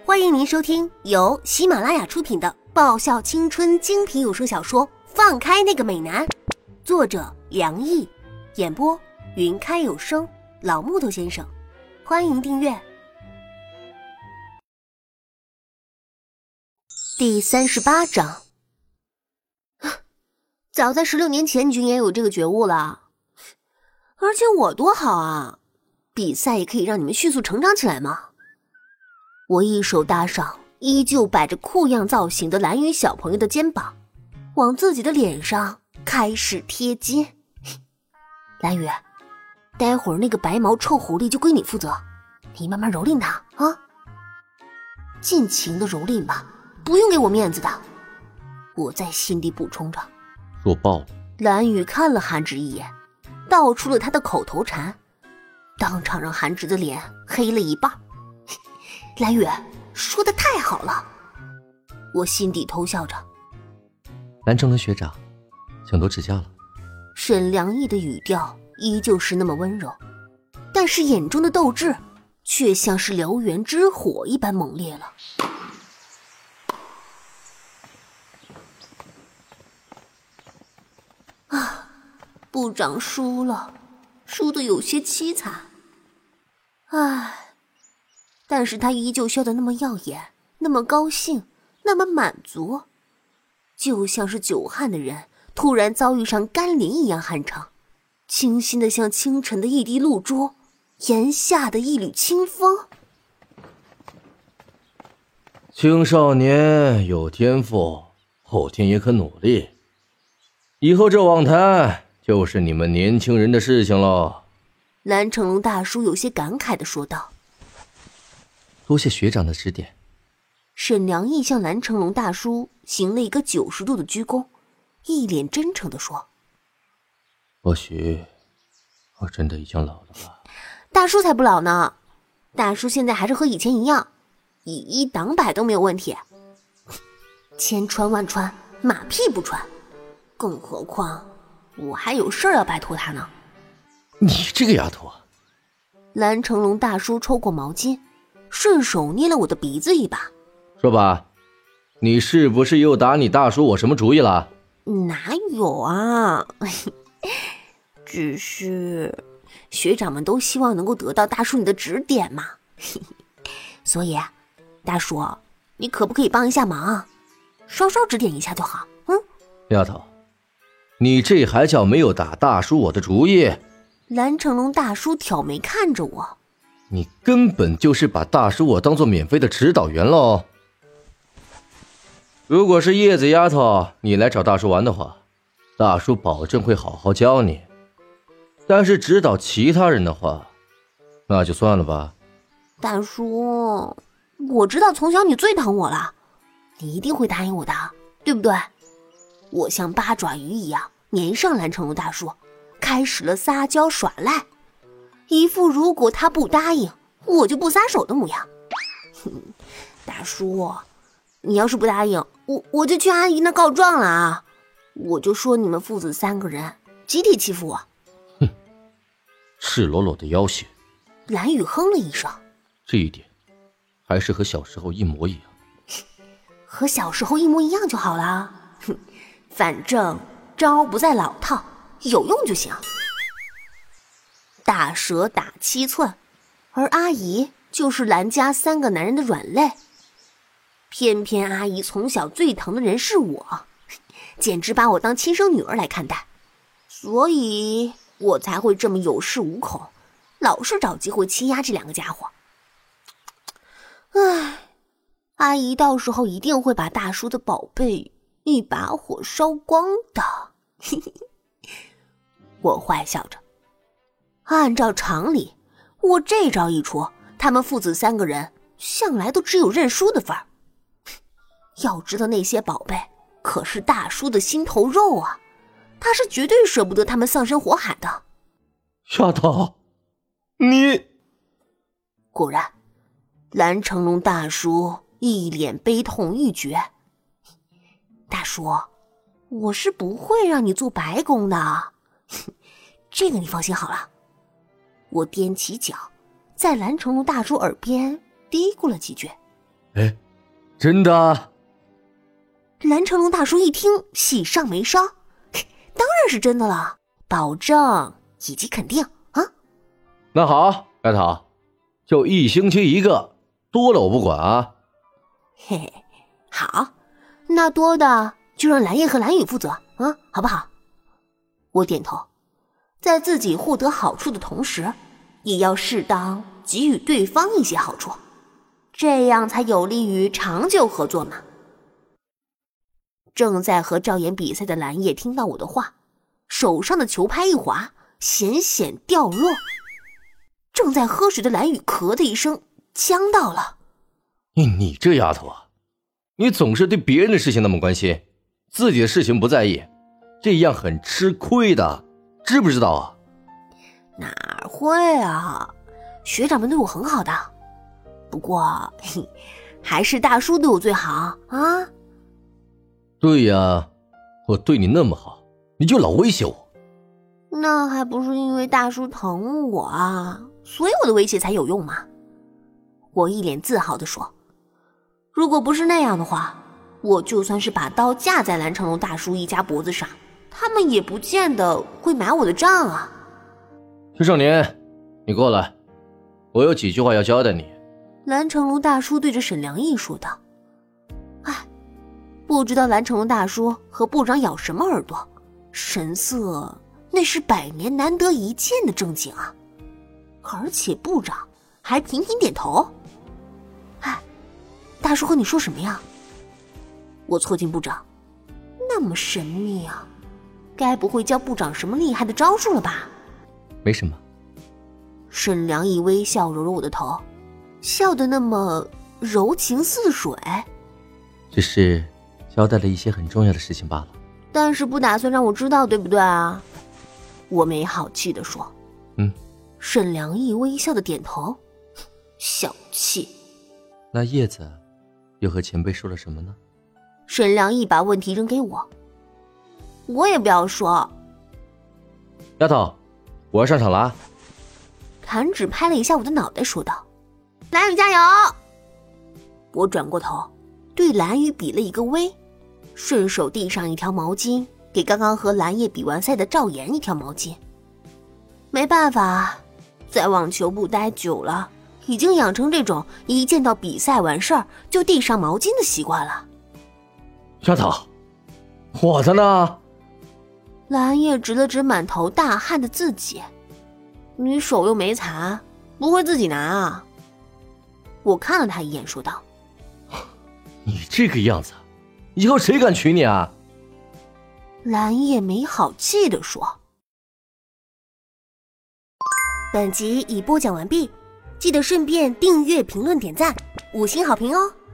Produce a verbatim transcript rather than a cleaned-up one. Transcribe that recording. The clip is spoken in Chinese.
欢迎您收听由喜马拉雅出品的爆笑青春精品有声小说《放开那个美男》，作者梁毅，演播云开有声，老木头先生。欢迎订阅。第三十八章。早在十六年前，君也有这个觉悟了。而且我多好啊，比赛也可以让你们迅速成长起来嘛。我一手搭上依旧摆着酷样造型的蓝雨小朋友的肩膀，往自己的脸上开始贴金。蓝雨，待会儿那个白毛臭狐狸就归你负责，你慢慢蹂躏他啊，尽情的蹂躏吧，不用给我面子的。我在心底补充着。 弱爆了。 蓝雨看了韩直一眼，道出了他的口头禅，当场让韩直的脸黑了一半。蓝雨说的太好了，我心底偷笑着。 蓝正伦学长，请多指教了。 沈良义的语调依旧是那么温柔，但是眼中的斗志却像是燎原之火一般猛烈了。啊，部长输了，输得有些凄惨。唉。但是他依旧笑得那么耀眼，那么高兴，那么满足，就像是久旱的人突然遭遇上甘霖一样酣畅，清新的像清晨的一滴露珠，炎夏的一缕清风。 青少年有天赋，后天也可努力，以后这网坛就是你们年轻人的事情了。 蓝成龙大叔有些感慨地说道。 多谢学长的指点。 沈良义向蓝成龙大叔行了一个九十度的鞠躬，一脸真诚地说： 或许我真的已经老了吧。 大叔才不老呢，大叔现在还是和以前一样，以一挡百都没有问题。千穿万穿，马屁不穿，更何况我还有事儿要拜托他呢。 你这个丫头啊！ 蓝成龙大叔抽过毛巾，顺手捏了我的鼻子一把。 说吧，你是不是又打你大叔我什么主意了？ 哪有啊，只是学长们都希望能够得到大叔你的指点嘛。所以大叔，你可不可以帮一下忙，稍稍指点一下就好。嗯， 丫头，你这还叫没有打大叔我的主意？ 蓝成龙大叔挑眉看着我， 你根本就是把大叔我当做免费的指导员喽。如果是叶子丫头你来找大叔玩的话，大叔保证会好好教你，但是指导其他人的话，那就算了吧。 大叔，我知道从小你最疼我了，你一定会答应我的，对不对？我像八爪鱼一样粘上蓝成龙大叔，开始了撒娇耍赖，一副如果他不答应我就不撒手的模样。大叔，你要是不答应，我我就去阿姨那告状了啊！我就说你们父子三个人集体欺负我。 哼，赤裸裸的要挟。 蓝雨哼了一声， 这一点还是和小时候一模一样。 和小时候一模一样就好了。哼，反正招不在老套，有用就行。大蛇打七寸，而阿姨就是蓝家三个男人的软肋。偏偏阿姨从小最疼的人是我，简直把我当亲生女儿来看待，所以我才会这么有恃无恐，老是找机会欺压这两个家伙。唉，阿姨到时候一定会把大叔的宝贝一把火烧光的。我坏笑着。按照常理，我这招一出，他们父子三个人向来都只有认输的份儿。要知道那些宝贝可是大叔的心头肉啊，他是绝对舍不得他们丧生火海的。 丫头，你…… 果然，蓝成龙大叔一脸悲痛欲绝。大叔，我是不会让你做白工的，这个你放心好了。我踮起脚，在蓝成龙大叔耳边嘀咕了几句。 哎，真的？ 蓝成龙大叔一听，喜上眉梢，当然是真的了，保证以及肯定啊。 那好，丫头，就一星期一个，多了我不管啊。 嘿嘿，好，那多的就让蓝叶和蓝雨负责啊，好不好？我点头，在自己获得好处的同时，也要适当给予对方一些好处，这样才有利于长久合作嘛。正在和赵岩比赛的蓝叶听到我的话，手上的球拍一滑，险险掉落。正在喝水的蓝雨咳的一声，僵到了。 你你这丫头啊，你总是对别人的事情那么关心，自己的事情不在意，这样很吃亏的，知不知道啊？ 哪会啊，学长们对我很好的，不过嘿，还是大叔对我最好啊。 对呀，我对你那么好，你就老威胁我。 那还不是因为大叔疼我啊，所以我的威胁才有用嘛。我一脸自豪地说，如果不是那样的话，我就算是把刀架在蓝成龙大叔一家脖子上，他们也不见得会买我的账啊。 徐少年，你过来，我有几句话要交代你。 蓝成龙大叔对着沈良义说道。哎，不知道蓝成龙大叔和部长咬什么耳朵，神色那是百年难得一见的正经啊，而且部长还频频点头。哎，大叔和你说什么呀？我凑近部长，那么神秘啊，该不会教部长什么厉害的招数了吧？ 没什么。 沈良义微笑揉揉我的头，笑得那么柔情似水。 只是交代了一些很重要的事情罢了。 但是不打算让我知道，对不对啊？我没好气地说。 嗯。 沈良义微笑的点头，小气。 那叶子又和前辈说了什么呢？ 沈良义把问题扔给我，我也不要说。 丫头，我要上场了啊。 弹指拍了一下我的脑袋，说道：“蓝雨加油！”我转过头，对蓝雨比了一个 V， 顺手递上一条毛巾，给刚刚和蓝叶比完赛的赵岩一条毛巾。没办法，在网球部待久了，已经养成这种一见到比赛完事儿就递上毛巾的习惯了。 丫头，我的呢？ 蓝叶指了指满头大汗的自己，你手又没残，不会自己拿啊？我看了他一眼，说道：“ 你这个样子，以后谁敢娶你啊？” 蓝叶没好气地说。本集已播讲完毕，记得顺便订阅、评论、点赞、五星好评哦！